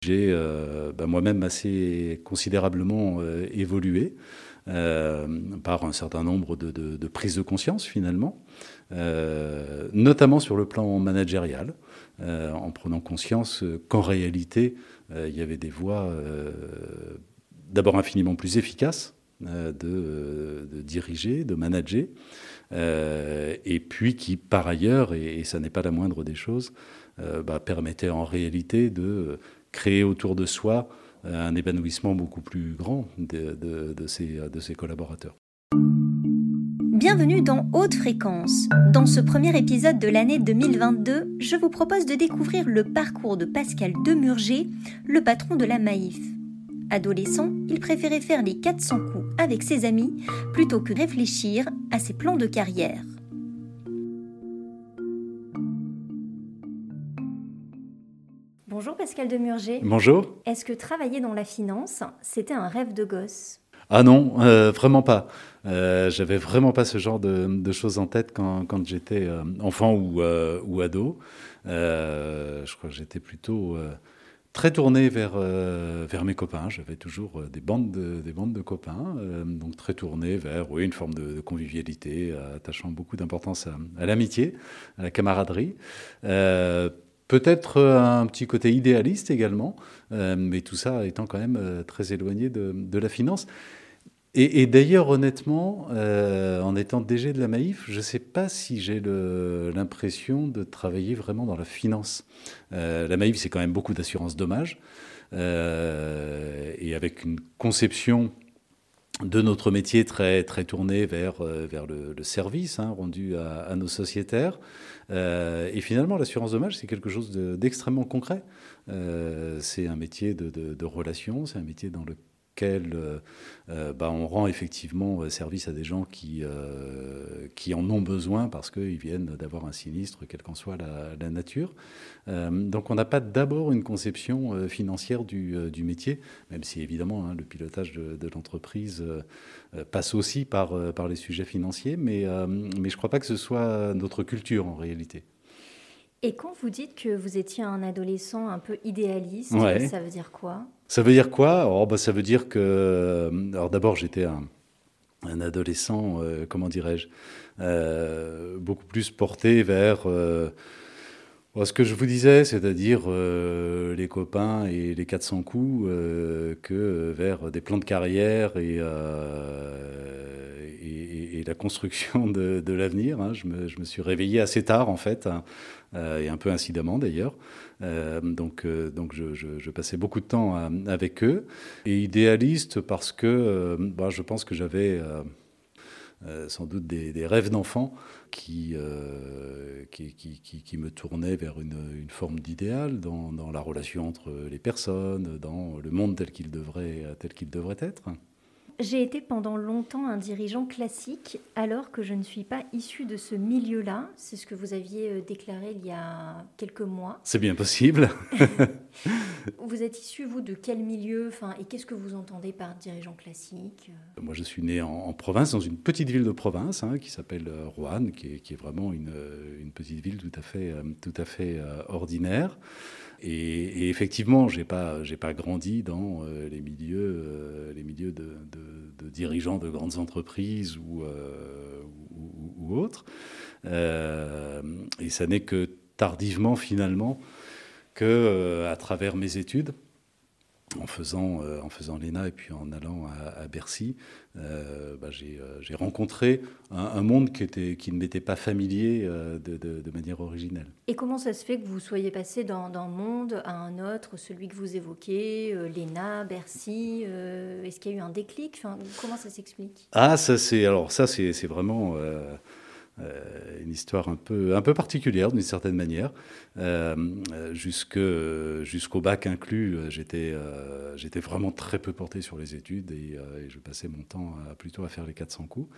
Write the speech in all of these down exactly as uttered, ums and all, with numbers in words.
j'ai euh, bah, moi-même assez considérablement euh, évolué euh, par un certain nombre de, de, de prises de conscience finalement, euh, notamment sur le plan managérial, euh, en prenant conscience qu'en réalité, euh, il y avait des voies euh, d'abord infiniment plus efficaces euh, de, de diriger, de manager, euh, et puis qui, par ailleurs, et, et ça n'est pas la moindre des choses, euh, bah, permettait en réalité de créer autour de soi un épanouissement beaucoup plus grand de, de, de, ses, de ses collaborateurs. Bienvenue dans Haute Fréquence. Dans ce premier épisode de l'année deux mille vingt-deux, je vous propose de découvrir le parcours de Pascal Demurger, le patron de la Maïf. Adolescent, il préférait faire les quatre cents coups avec ses amis plutôt que réfléchir à ses plans de carrière. Bonjour Pascal Demurger. Bonjour. Est-ce que travailler dans la finance, c'était un rêve de gosse ? Ah non, euh, vraiment pas. Euh, j'avais vraiment pas ce genre de, de choses en tête quand, quand j'étais euh, enfant ou, euh, ou ado. Euh, je crois que j'étais plutôt euh, très tourné vers, euh, vers mes copains. J'avais toujours des bandes de, des bandes de copains, euh, donc très tourné vers oui, une forme de, de convivialité, attachant beaucoup d'importance à, à l'amitié, à la camaraderie. Euh, Peut-être un petit côté idéaliste également, euh, mais tout ça étant quand même euh, très éloigné de, de la finance. Et, et d'ailleurs, honnêtement, euh, en étant D G de la Maïf, je ne sais pas si j'ai le, l'impression de travailler vraiment dans la finance. Euh, la Maïf, c'est quand même beaucoup d'assurance dommages, euh, et avec une conception de notre métier très, très tourné vers, vers le, le service hein, rendu à, à nos sociétaires. Euh, et finalement, l'assurance dommage, c'est quelque chose de, d'extrêmement concret. Euh, c'est un métier de, de, de relation, c'est un métier dans lequel euh, euh, bah, on rend effectivement service à des gens qui, euh, qui en ont besoin parce qu'ils viennent d'avoir un sinistre, quelle qu'en soit la, la nature. Euh, donc on n'a pas d'abord une conception euh, financière du, euh, du métier, même si évidemment hein, le pilotage de, de l'entreprise euh, passe aussi par, euh, par les sujets financiers, mais, euh, mais je ne crois pas que ce soit notre culture en réalité. Et quand vous dites que vous étiez un adolescent un peu idéaliste, ouais. Ça veut dire quoi ? Ça veut dire quoi ? oh, bah, Ça veut dire que... Alors d'abord, j'étais un, un adolescent, euh, comment dirais-je, euh, beaucoup plus porté vers... Euh, ce que je vous disais, c'est-à-dire euh, les copains et les quatre cents coups, euh, que vers des plans de carrière et, euh, et, et la construction de, de l'avenir. Hein. Je, me, je me suis réveillé assez tard, en fait, hein, euh, et un peu incidemment d'ailleurs. Euh, donc euh, donc je, je, je passais beaucoup de temps à, avec eux. Et idéaliste parce que euh, bah, je pense que j'avais... Euh, Euh, sans doute des, des rêves d'enfant qui, euh, qui, qui, qui, qui me tournaient vers une, une forme d'idéal dans, dans la relation entre les personnes, dans le monde tel qu'il devrait, tel qu'il devrait être. J'ai été pendant longtemps un dirigeant classique, alors que je ne suis pas issu de ce milieu-là. C'est ce que vous aviez déclaré il y a quelques mois. C'est bien possible. Vous êtes issu, vous, de quel milieu, enfin, et qu'est-ce que vous entendez par dirigeant classique ? Moi, je suis né en, en province, dans une petite ville de province hein, qui s'appelle Roanne, qui est, qui est vraiment une, une petite ville tout à fait, tout à fait euh, ordinaire. Et, et effectivement, je n'ai pas, j'ai pas grandi dans euh, les milieux, euh, les milieux de, de, de dirigeants de grandes entreprises ou, euh, ou, ou autres. Euh, et ça n'est que tardivement, finalement, que euh, à travers mes études, en faisant, euh, en faisant l'E N A et puis en allant à, à Bercy, euh, bah, j'ai, euh, j'ai rencontré un, un monde qui, était, qui ne m'était pas familier euh, de, de, de manière originelle. Et comment ça se fait que vous soyez passé d'un, d'un monde à un autre, celui que vous évoquez, euh, l'E N A, Bercy euh, est-ce qu'il y a eu un déclic ? Enfin, comment ça s'explique ? Ah, ça c'est, alors ça c'est, c'est vraiment... Euh, Euh, une histoire un peu, un peu particulière d'une certaine manière. Euh, jusque, jusqu'au bac inclus, j'étais, euh, j'étais vraiment très peu porté sur les études et, euh, et je passais mon temps à, plutôt à faire les quatre cents coups.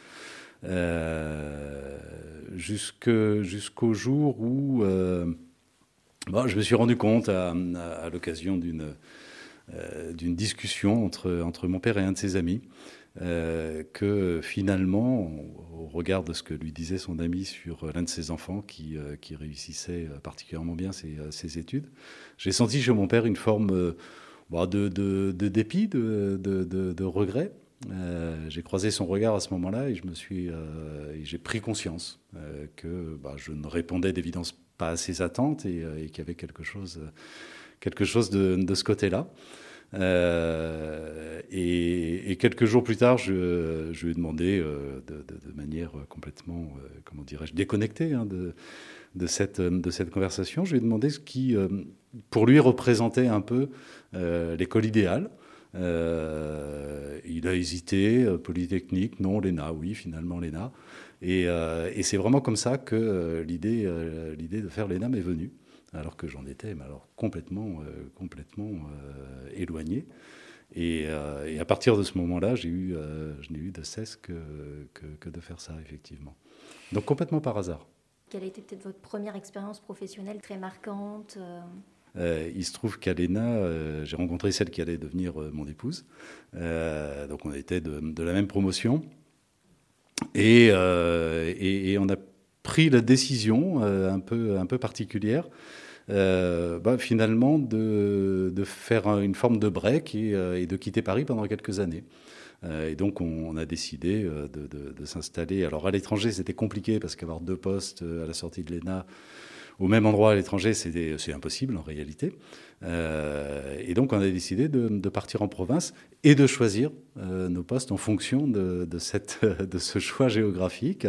Euh, jusque, jusqu'au jour où euh, bon, je me suis rendu compte à, à, à l'occasion d'une, euh, d'une discussion entre, entre mon père et un de ses amis, euh, que finalement, au regard de ce que lui disait son ami sur l'un de ses enfants qui, euh, qui réussissait particulièrement bien ses, ses études, j'ai senti chez mon père une forme euh, bon, de, de, de dépit, de, de, de, de regret. Euh, j'ai croisé son regard à ce moment-là et je me suis, euh, et j'ai pris conscience euh, que bah, je ne répondais d'évidence pas à ses attentes et, et qu'il y avait quelque chose, quelque chose de, de ce côté-là. Euh, et, et quelques jours plus tard, je, je lui ai demandé euh, de, de, de manière complètement, euh, comment dirais-je, déconnectée hein, de, de, cette, de cette conversation, je lui ai demandé ce qui, euh, pour lui, représentait un peu euh, l'école idéale. Euh, il a hésité, euh, Polytechnique, non, l'E N A, oui, finalement l'E N A. Et, euh, et c'est vraiment comme ça que euh, l'idée, euh, l'idée de faire l'E N A m'est venue, alors que j'en étais mais alors, complètement, euh, complètement euh, éloigné. Et, euh, et à partir de ce moment-là, j'ai eu, euh, je n'ai eu de cesse que, que, que de faire ça, effectivement. Donc complètement par hasard. Quelle a été peut-être votre première expérience professionnelle très marquante euh... Euh, il se trouve qu'à l'E N A, euh, j'ai rencontré celle qui allait devenir euh, mon épouse. Euh, donc on était de, de la même promotion. Et, euh, et, et on a pris la décision euh, un, peu, un peu particulière, euh, bah, finalement, de, de faire une forme de break et, euh, et de quitter Paris pendant quelques années. Euh, et donc on, on a décidé de, de, de s'installer. Alors à l'étranger, c'était compliqué parce qu'avoir deux postes à la sortie de l'E N A, au même endroit à l'étranger, c'est, c'est impossible en réalité. Euh, et donc on a décidé de, de partir en province et de choisir euh, nos postes en fonction de, de, cette, de ce choix géographique.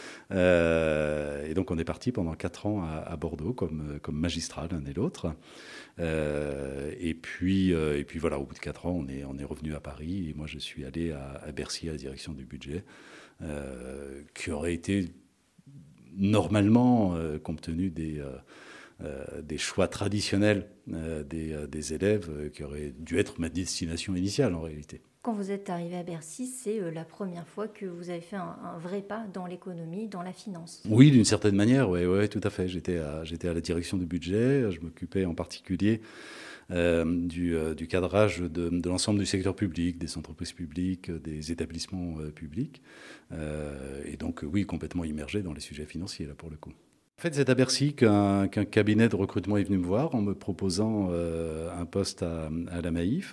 Euh, et donc on est parti pendant quatre ans à, à Bordeaux comme, comme magistrat l'un et l'autre. Euh, et, puis, euh, et puis voilà, au bout de quatre ans, on est, on est revenu à Paris et moi je suis allé à, à Bercy à la direction du budget, euh, qui aurait été normalement, euh, compte tenu des, euh, euh, des choix traditionnels euh, des, euh, des élèves, euh, qui auraient dû être ma destination initiale en réalité. Quand vous êtes arrivé à Bercy, c'est euh, la première fois que vous avez fait un, un vrai pas dans l'économie, dans la finance. Oui, d'une certaine manière, oui, ouais, tout à fait. J'étais à, j'étais à la direction du budget, je m'occupais en particulier Euh, du, euh, du cadrage de, de l'ensemble du secteur public, des entreprises publiques, des établissements euh, publics. Euh, et donc, oui, complètement immergé dans les sujets financiers, là, pour le coup. En fait, c'est à Bercy qu'un, qu'un cabinet de recrutement est venu me voir en me proposant euh, un poste à, à la Maïf.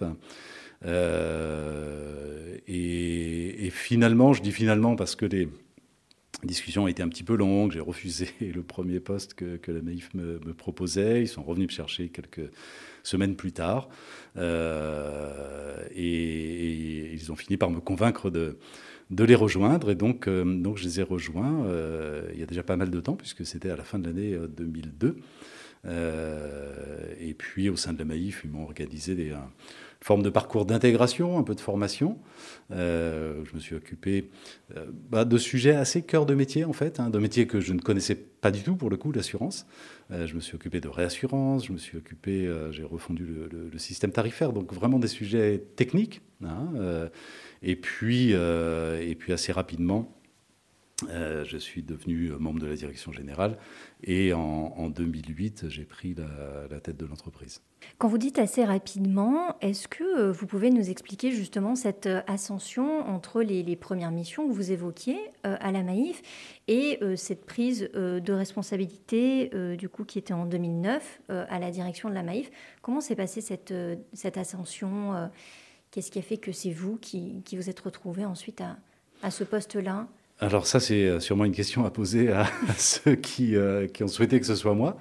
Euh, et, et finalement, je dis finalement parce que les discussion a été un petit peu longue, j'ai refusé le premier poste que, que la Maïf me, me proposait. Ils sont revenus me chercher quelques semaines plus tard. Euh, et, et ils ont fini par me convaincre de, de les rejoindre. Et donc, euh, donc je les ai rejoints euh, il y a déjà pas mal de temps, puisque c'était à la fin de l'année deux mille deux. Euh, et puis, au sein de la Maïf, ils m'ont organisé des, une forme de parcours d'intégration, un peu de formation. Euh, je me suis occupé euh, bah, de sujets assez cœur de métier, en fait, hein, de métiers que je ne connaissais pas du tout, pour le coup, l'assurance. Euh, je me suis occupé de réassurance, je me suis occupé, euh, j'ai refondu le, le, le système tarifaire, donc vraiment des sujets techniques. Hein, euh, et, puis, euh, et puis, assez rapidement, Euh, je suis devenu membre de la direction générale et en, en deux mille huit, j'ai pris la, la tête de l'entreprise. Quand vous dites assez rapidement, est-ce que vous pouvez nous expliquer justement cette ascension entre les, les premières missions que vous évoquiez euh, à la Maïf et euh, cette prise euh, de responsabilité euh, du coup qui était en deux mille neuf euh, à la direction de la Maïf? Comment s'est passée cette, euh, cette ascension euh, Qu'est-ce qui a fait que c'est vous qui, qui vous êtes retrouvé ensuite à, à ce poste-là? Alors ça, c'est sûrement une question à poser à, à ceux qui, euh, qui ont souhaité que ce soit moi.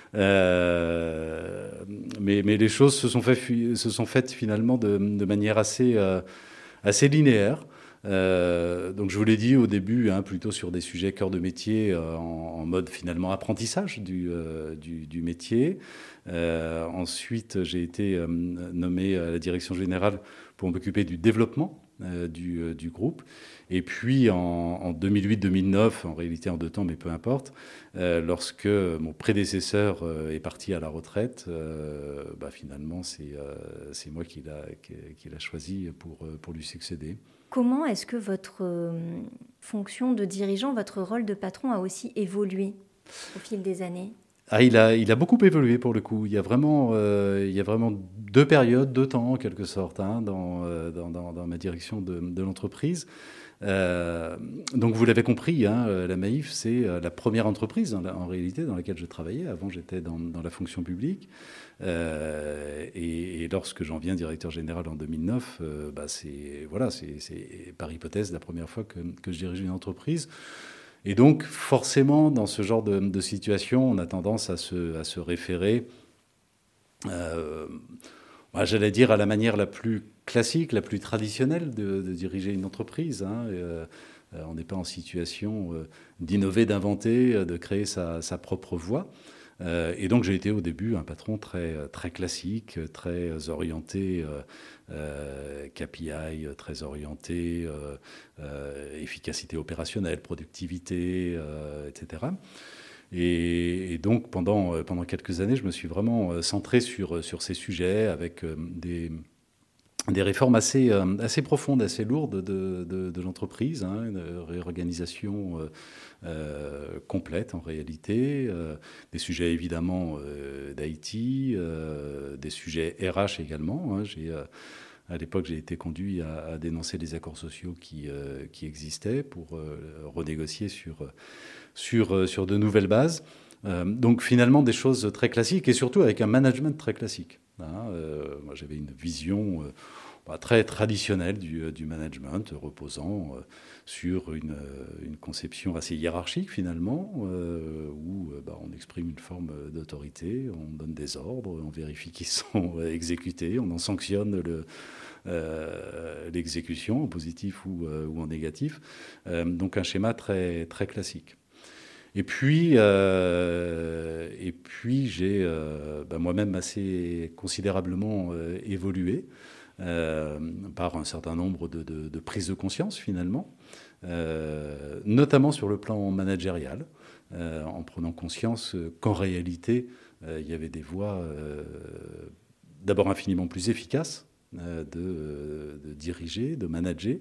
Euh, mais, mais les choses se sont, fait, se sont faites finalement de, de manière assez, euh, assez linéaire. Euh, donc je vous l'ai dit au début, hein, plutôt sur des sujets cœur de métier, euh, en, en mode finalement apprentissage du, euh, du, du métier. Euh, ensuite, j'ai été euh, nommé à la direction générale pour m'occuper du développement euh, du, euh, du groupe. Et puis en, en deux mille huit deux mille neuf, en réalité en deux temps, mais peu importe, euh, lorsque mon prédécesseur euh, est parti à la retraite, euh, bah, finalement c'est, euh, c'est moi qui l'a, qui, qui l'a choisi pour, pour lui succéder. Comment est-ce que votre euh, fonction de dirigeant, votre rôle de patron a aussi évolué au fil des années ? Ah, il a, il a beaucoup évolué pour le coup. Il y a vraiment, euh, il y a vraiment deux périodes, deux temps en quelque sorte, hein, dans, euh, dans, dans, dans ma direction de, de l'entreprise. Euh, donc vous l'avez compris, hein, la Maïf, c'est la première entreprise en, en réalité dans laquelle je travaillais. Avant, j'étais dans, dans la fonction publique. Euh, et, et lorsque j'en viens directeur général en deux mille neuf, euh, bah c'est, voilà, c'est, c'est par hypothèse la première fois que, que je dirige une entreprise. Et donc, forcément, dans ce genre de, de situation, on a tendance à se, à se référer, euh, bah, j'allais dire, à la manière la plus classique, la plus traditionnelle de, de diriger une entreprise. Hein. Et, euh, on n'est pas en situation euh, d'innover, d'inventer, de créer sa, sa propre voie. Euh, et donc, j'ai été au début un patron très, très classique, très orienté euh, euh, K P I, très orienté euh, euh, efficacité opérationnelle, productivité, euh, et cetera. Et, et donc, pendant, pendant quelques années, je me suis vraiment centré sur, sur ces sujets avec euh, des... des réformes assez, euh, assez profondes, assez lourdes de, de, de l'entreprise, hein, une réorganisation euh, euh, complète en réalité, euh, des sujets évidemment euh, d'I T, euh, des sujets R H également. Hein. J'ai, euh, à l'époque, j'ai été conduit à, à dénoncer les accords sociaux qui, euh, qui existaient pour euh, renégocier sur, sur, sur de nouvelles bases. Euh, donc finalement des choses très classiques et surtout avec un management très classique. Hein. Euh, moi j'avais une vision euh, bah, très traditionnelle du, du management, reposant euh, sur une, une conception assez hiérarchique finalement, euh, où euh, bah, on exprime une forme d'autorité, on donne des ordres, on vérifie qu'ils sont exécutés, on en sanctionne le, euh, l'exécution en positif ou, euh, ou en négatif. Euh, donc un schéma très, très classique. Et puis, euh, et puis j'ai euh, bah, moi-même assez considérablement euh, évolué euh, par un certain nombre de, de, de prises de conscience finalement, euh, notamment sur le plan managérial, euh, en prenant conscience qu'en réalité, euh, il y avait des voies euh, d'abord infiniment plus efficaces euh, de, de diriger, de manager,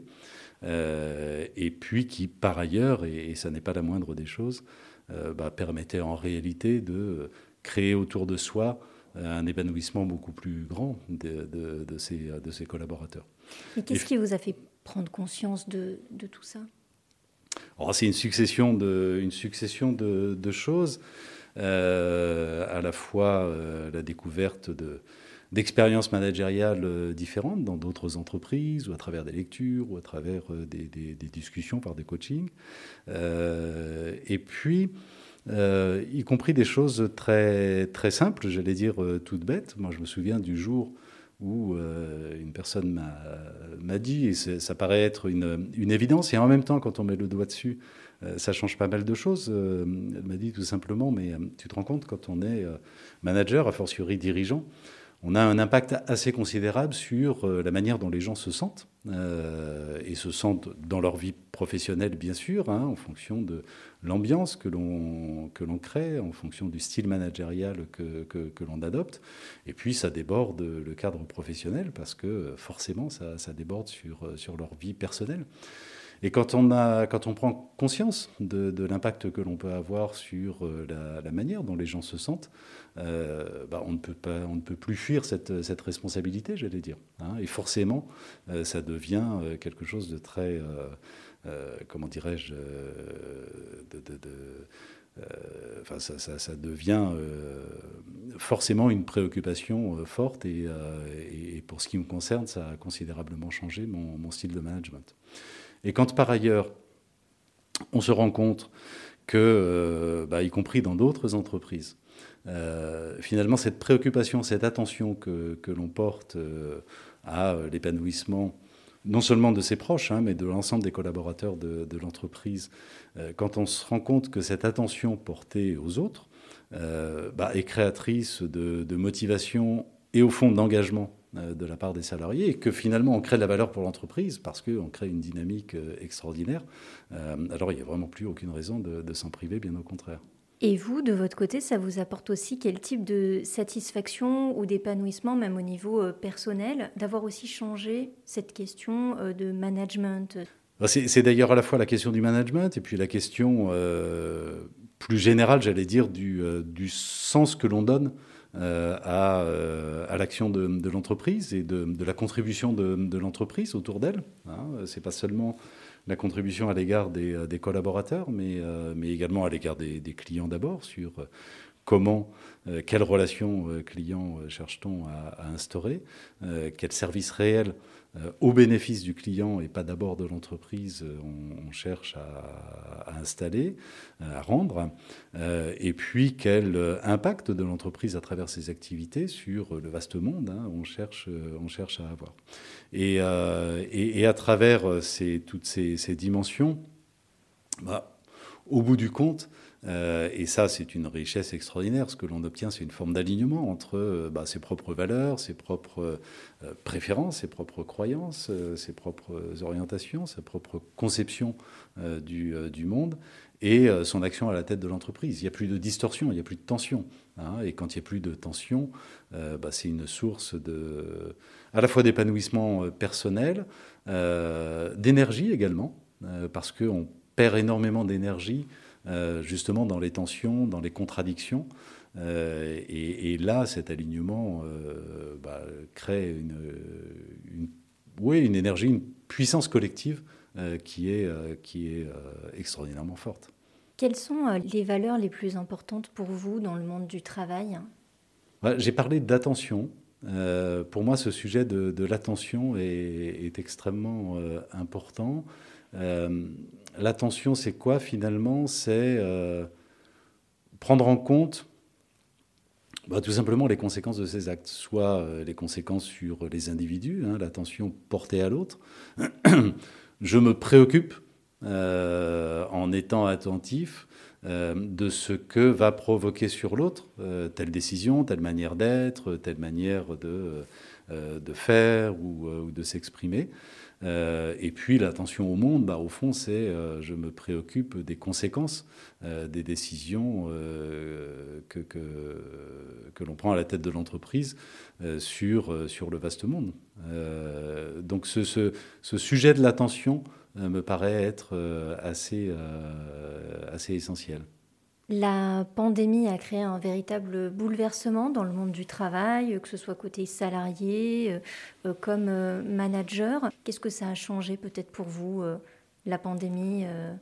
Euh, et puis qui, par ailleurs, et, et ça n'est pas la moindre des choses, euh, bah, permettait en réalité de créer autour de soi un épanouissement beaucoup plus grand de, de, de, ses, de ses collaborateurs. Et qu'est-ce et, qui vous a fait prendre conscience de, de tout ça ? Alors, c'est une succession de, une succession de, de choses, euh, à la fois euh, la découverte de... d'expériences managériales différentes dans d'autres entreprises, ou à travers des lectures, ou à travers des, des, des discussions par des coachings. Euh, et puis, euh, y compris des choses très, très simples, j'allais dire toutes bêtes. Moi, je me souviens du jour où euh, une personne m'a, m'a dit, et ça paraît être une, une évidence, et en même temps, quand on met le doigt dessus, euh, ça change pas mal de choses. Euh, elle m'a dit tout simplement, mais tu te rends compte, quand on est manager, a fortiori dirigeant, on a un impact assez considérable sur la manière dont les gens se sentent, euh, et se sentent dans leur vie professionnelle, bien sûr, hein, en fonction de l'ambiance que l'on, que l'on crée, en fonction du style managérial que, que, que l'on adopte. Et puis, ça déborde le cadre professionnel, parce que forcément, ça, ça déborde sur, sur leur vie personnelle. Et quand on, a, quand on prend conscience de, de l'impact que l'on peut avoir sur la, la manière dont les gens se sentent, euh, bah on, ne peut pas, on ne peut plus fuir cette, cette responsabilité, j'allais dire. Hein. Et forcément, euh, ça devient quelque chose de très, euh, euh, comment dirais-je, euh, de... de, de Euh, enfin, ça, ça, ça devient euh, forcément une préoccupation euh, forte et, euh, et pour ce qui me concerne, ça a considérablement changé mon, mon style de management. Et quand par ailleurs, on se rend compte que, euh, bah, y compris dans d'autres entreprises, euh, finalement cette préoccupation, cette attention que, que l'on porte euh, à l'épanouissement non seulement de ses proches, hein, mais de l'ensemble des collaborateurs de, de l'entreprise, euh, quand on se rend compte que cette attention portée aux autres euh, bah, est créatrice de, de motivation et au fond d'engagement euh, de la part des salariés, et que finalement on crée de la valeur pour l'entreprise parce qu'on crée une dynamique euh, extraordinaire, euh, alors il n'y a vraiment plus aucune raison de, de s'en priver, bien au contraire. Et vous, de votre côté, ça vous apporte aussi quel type de satisfaction ou d'épanouissement, même au niveau euh, personnel, d'avoir aussi changé cette question euh, de management ? C'est, c'est d'ailleurs à la fois la question du management et puis la question euh, plus général, j'allais dire, du, euh, du sens que l'on donne euh, à, euh, à l'action de, de l'entreprise et de, de la contribution de, de l'entreprise autour d'elle. Hein. Ce n'est pas seulement la contribution à l'égard des, des collaborateurs, mais, euh, mais également à l'égard des, des clients d'abord, sur comment, euh, quelles relations euh, clients euh, cherche-t-on à, à instaurer, euh, quels services réels euh, au bénéfice du client et pas d'abord de l'entreprise euh, on, on cherche à, à installer, à rendre, euh, et puis quel impact de l'entreprise à travers ses activités sur le vaste monde hein, on, cherche, on cherche à avoir. Et, euh, et, et à travers ces, toutes ces, ces dimensions, bah, au bout du compte, Euh, et ça, c'est une richesse extraordinaire. Ce que l'on obtient, c'est une forme d'alignement entre euh, bah, ses propres valeurs, ses propres euh, préférences, ses propres croyances, euh, ses propres orientations, sa propre conception euh, du, euh, du monde et euh, son action à la tête de l'entreprise. Il n'y a plus de distorsion, il n'y a plus de tension. Hein, et quand il n'y a plus de tension, euh, bah, c'est une source de, à la fois d'épanouissement personnel, euh, d'énergie également, euh, parce qu'on perd énormément d'énergie Euh, justement dans les tensions, dans les contradictions. Euh, et, et là, cet alignement euh, bah, crée une, une, ouais, une énergie, une puissance collective euh, qui est, euh, qui est euh, extraordinairement forte. Quelles sont euh, les valeurs les plus importantes pour vous dans le monde du travail ? Ouais, j'ai parlé d'attention. Euh, pour moi, ce sujet de, de l'attention est, est extrêmement euh, important. Euh, L'attention, c'est quoi finalement ? C'est euh, prendre en compte bah, tout simplement les conséquences de ces actes, soit euh, les conséquences sur les individus, hein, l'attention portée à l'autre. Je me préoccupe euh, en étant attentif euh, de ce que va provoquer sur l'autre euh, telle décision, telle manière d'être, telle manière de, euh, de faire ou, euh, ou de s'exprimer. Euh, et puis l'attention au monde, bah, au fond, c'est euh, je me préoccupe des conséquences euh, des décisions euh, que, que, que l'on prend à la tête de l'entreprise euh, sur, euh, sur le vaste monde. Euh, donc ce, ce, ce sujet de l'attention euh, me paraît être euh, assez, euh, assez essentiel. La pandémie a créé un véritable bouleversement dans le monde du travail, que ce soit côté salarié, euh, comme euh, manager. Qu'est-ce que ça a changé peut-être pour vous, euh, la pandémie euh...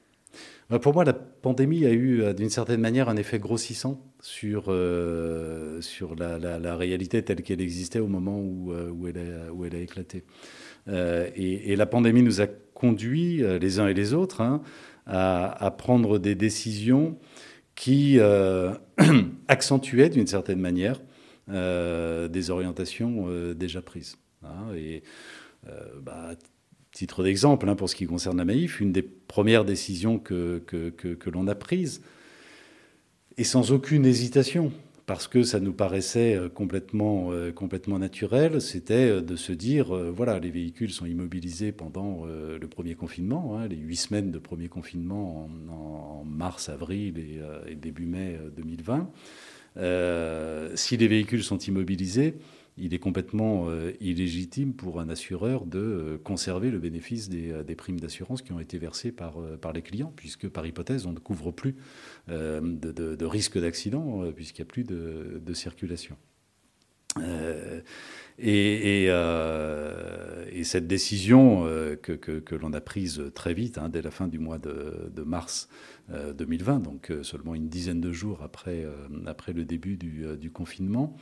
Pour moi, la pandémie a eu d'une certaine manière un effet grossissant sur, euh, sur la, la, la réalité telle qu'elle existait au moment où, où, elle, a, où elle a éclaté. Euh, et, et la pandémie nous a conduits, les uns et les autres, hein, à, à prendre des décisions qui euh, accentuaient d'une certaine manière euh, des orientations euh, déjà prises. Hein, et euh, bah, titre d'exemple, hein, pour ce qui concerne la Maïf, une des premières décisions que, que, que, que l'on a prises, et sans aucune hésitation, parce que ça nous paraissait complètement, euh, complètement naturel, c'était de se dire, euh, voilà, les véhicules sont immobilisés pendant euh, le premier confinement, hein, les huit semaines de premier confinement en, en mars, avril et, euh, et début mai deux mille vingt. Euh, si les véhicules sont immobilisés, il est complètement euh, illégitime pour un assureur de euh, conserver le bénéfice des, euh, des primes d'assurance qui ont été versées par, euh, par les clients, puisque par hypothèse, on ne couvre plus euh, de, de, de risque d'accident, euh, puisqu'il n'y a plus de, de circulation. Euh, et, et, euh, et cette décision euh, que, que, que l'on a prise très vite, hein, dès la fin du mois de, de mars euh, deux mille vingt, donc euh, seulement une dizaine de jours après, euh, après le début du, euh, du confinement,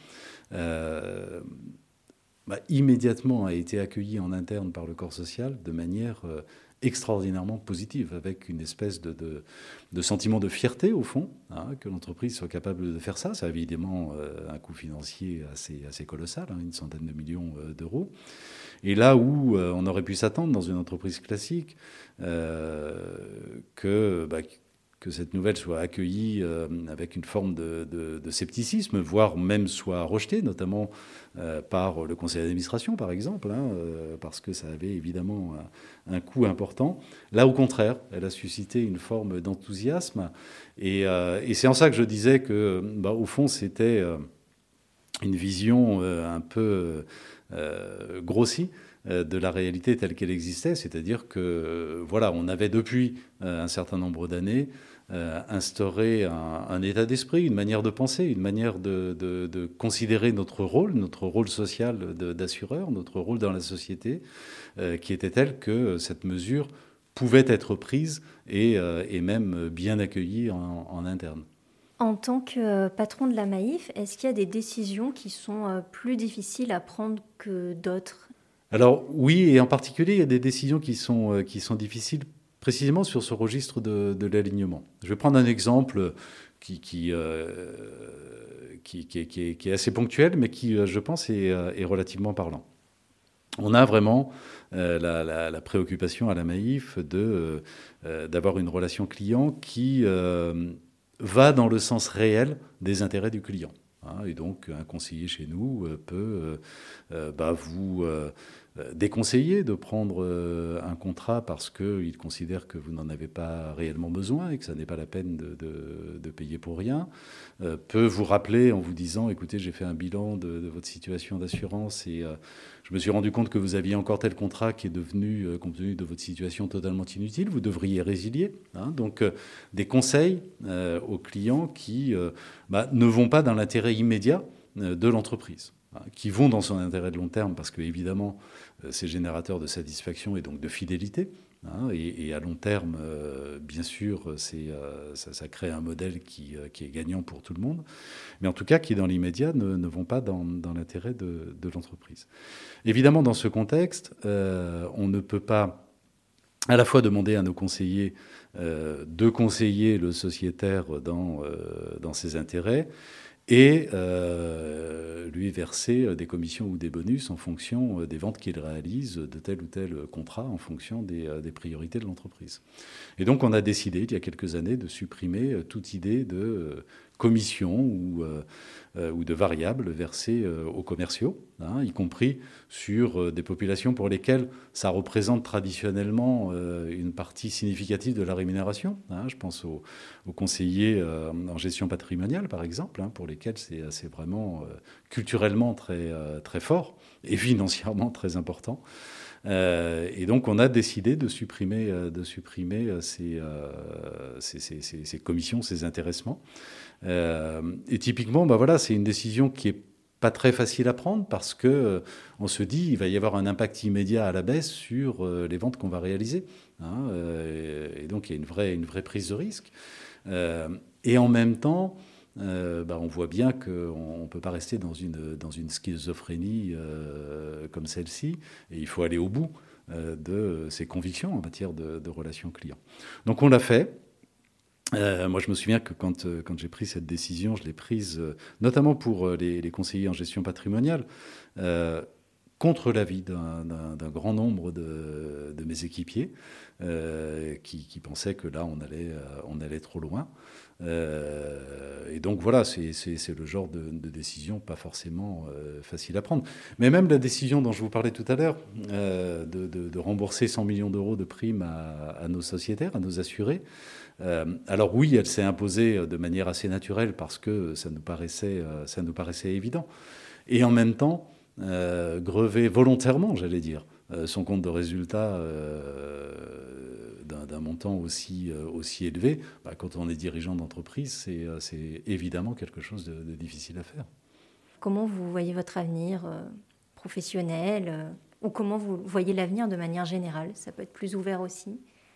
euh, bah, immédiatement a été accueillie en interne par le corps social de manière euh, extraordinairement positive, avec une espèce de, de, de sentiment de fierté, au fond, hein, que l'entreprise soit capable de faire ça. Ça a évidemment euh, un coût financier assez, assez colossal, hein, une centaine de millions euh, d'euros. Et là où euh, on aurait pu s'attendre dans une entreprise classique euh, que... Bah, que cette nouvelle soit accueillie euh, avec une forme de, de, de scepticisme, voire même soit rejetée, notamment euh, par le conseil d'administration, par exemple, hein, euh, parce que ça avait évidemment un, un coût important. Là, au contraire, elle a suscité une forme d'enthousiasme. Et, euh, et c'est en ça que je disais que, bah, au fond, c'était euh, une vision euh, un peu euh, grossie de la réalité telle qu'elle existait, c'est-à-dire que, voilà, on avait depuis un certain nombre d'années euh, instaurer un, un état d'esprit, une manière de penser, une manière de, de, de considérer notre rôle, notre rôle social de, d'assureur, notre rôle dans la société, euh, qui était tel que cette mesure pouvait être prise et, euh, et même bien accueillie en, en interne. En tant que patron de la Maïf, est-ce qu'il y a des décisions qui sont plus difficiles à prendre que d'autres ? Alors oui, et en particulier, il y a des décisions qui sont, qui sont difficiles précisément sur ce registre de, de l'alignement. Je vais prendre un exemple qui, qui, euh, qui, qui, qui, est, qui est assez ponctuel, mais qui, je pense, est, est relativement parlant. On a vraiment euh, la, la, la préoccupation à la Maïf de, euh, d'avoir une relation client qui... Euh, va dans le sens réel des intérêts du client. Hein, et donc, un conseiller chez nous euh, peut euh, bah, vous euh, déconseiller de prendre euh, un contrat parce qu'il considère que vous n'en avez pas réellement besoin et que ça n'est pas la peine de, de, de payer pour rien. Euh, peut vous rappeler en vous disant, écoutez, j'ai fait un bilan de, de votre situation d'assurance et euh, je me suis rendu compte que vous aviez encore tel contrat qui est devenu, euh, compte tenu de votre situation, totalement inutile. Vous devriez résilier. Hein. Donc, euh, des conseils euh, aux clients qui euh, bah, ne vont pas dans l'intérêt immédiat euh, de l'entreprise, hein, qui vont dans son intérêt de long terme parce que, évidemment, euh, c'est générateur de satisfaction et donc de fidélité. Hein, et, et à long terme, euh, bien sûr, c'est, euh, ça, ça crée un modèle qui, euh, qui est gagnant pour tout le monde, mais en tout cas qui, dans l'immédiat, ne, ne vont pas dans, dans l'intérêt de, de l'entreprise. Évidemment, dans ce contexte, euh, on ne peut pas à la fois demander à nos conseillers euh, de conseiller le sociétaire dans, euh, dans ses intérêts, et euh, lui verser des commissions ou des bonus en fonction des ventes qu'il réalise de tel ou tel contrat, en fonction des, des priorités de l'entreprise. Et donc on a décidé, il y a quelques années, de supprimer toute idée de commission ou, euh, ou de variables versées aux commerciaux, hein, y compris sur des populations pour lesquelles ça représente traditionnellement euh, une partie significative de la rémunération. Hein, je pense aux, aux conseillers euh, en gestion patrimoniale, par exemple, hein, pour lesquels c'est, c'est vraiment euh, culturellement très, euh, très fort et financièrement très important. Euh, et donc, on a décidé de supprimer, euh, de supprimer euh, ces, euh, ces, ces, ces, ces commissions, ces intéressements. Euh, et typiquement, bah voilà, c'est une décision qui est pas très facile à prendre parce que euh, on se dit il va y avoir un impact immédiat à la baisse sur euh, les ventes qu'on va réaliser. Hein, euh, et donc, il y a une vraie, une vraie prise de risque. Euh, et en même temps, Euh, bah, on voit bien qu'on ne peut pas rester dans une, dans une schizophrénie euh, comme celle-ci, et il faut aller au bout euh, de ses convictions en matière de, de relations clients. Donc on l'a fait. Euh, moi, je me souviens que quand, quand j'ai pris cette décision, je l'ai prise euh, notamment pour les, les conseillers en gestion patrimoniale, euh, contre l'avis d'un, d'un, d'un grand nombre de, de mes équipiers euh, qui, qui pensaient que là, on allait, euh, on allait trop loin. Euh, et donc voilà, c'est, c'est, c'est le genre de, de décision pas forcément euh, facile à prendre. Mais même la décision dont je vous parlais tout à l'heure, euh, de, de, de rembourser cent millions d'euros de primes à, à nos sociétaires, à nos assurés, euh, alors oui, elle s'est imposée de manière assez naturelle parce que ça nous paraissait, euh, ça nous paraissait évident. Et en même temps, euh, grever volontairement, j'allais dire, euh, son compte de résultat euh, d'un, d'un montant aussi, euh, aussi élevé, bah, quand on est dirigeant d'entreprise, c'est, euh, c'est évidemment quelque chose de, de difficile à faire. Comment vous voyez votre avenir euh, professionnel euh, ou comment vous voyez l'avenir de manière générale ? Ça peut être plus ouvert aussi.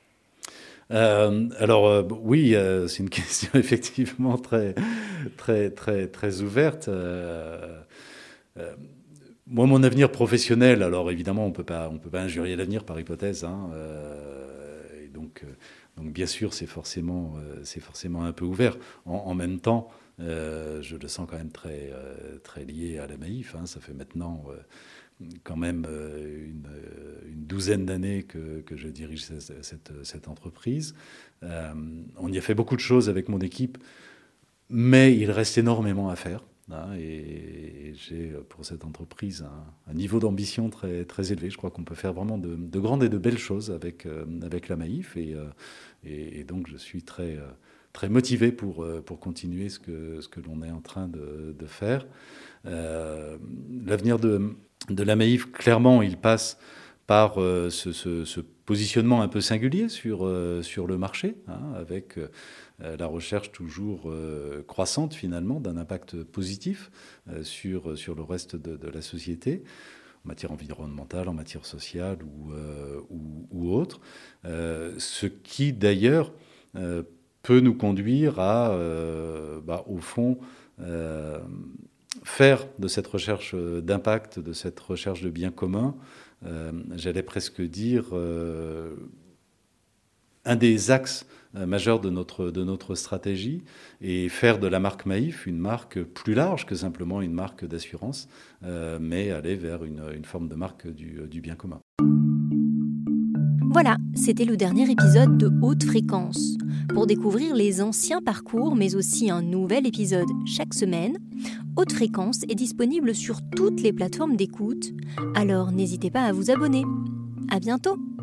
Euh, alors euh, oui, euh, c'est une question effectivement très, très, très, très ouverte. Euh, euh, Moi, mon avenir professionnel, alors évidemment, on peut pas, on peut pas injurier l'avenir par hypothèse. Hein, euh, et donc, euh, donc, bien sûr, c'est forcément, euh, c'est forcément un peu ouvert. En, en même temps, euh, je le sens quand même très, euh, très lié à la Maïf. Hein, ça fait maintenant euh, quand même euh, une, une douzaine d'années que, que je dirige cette, cette, cette entreprise. Euh, on y a fait beaucoup de choses avec mon équipe, mais il reste énormément à faire. Hein, et j'ai pour cette entreprise un, un niveau d'ambition très, très élevé. Je crois qu'on peut faire vraiment de, de grandes et de belles choses avec, euh, avec la Maïf. Et, euh, et, et donc, je suis très, euh, très motivé pour, euh, pour continuer ce que, ce que l'on est en train de, de faire. Euh, l'avenir de, de la Maïf, clairement, il passe par euh, ce, ce, ce positionnement un peu singulier sur, euh, sur le marché, hein, avec euh, la recherche toujours euh, croissante finalement d'un impact positif euh, sur, sur le reste de, de la société, en matière environnementale, en matière sociale ou, euh, ou, ou autre. Euh, ce qui d'ailleurs euh, peut nous conduire à, euh, bah, au fond, euh, faire de cette recherche d'impact, de cette recherche de bien commun, euh, j'allais presque dire, euh, un des axes majeurs de notre, de notre stratégie, et faire de la marque Maïf une marque plus large que simplement une marque d'assurance, euh, mais aller vers une, une forme de marque du, du bien commun. Voilà, c'était le dernier épisode de Haute Fréquence. Pour découvrir les anciens parcours, mais aussi un nouvel épisode chaque semaine, Haute Fréquence est disponible sur toutes les plateformes d'écoute, alors n'hésitez pas à vous abonner. À bientôt!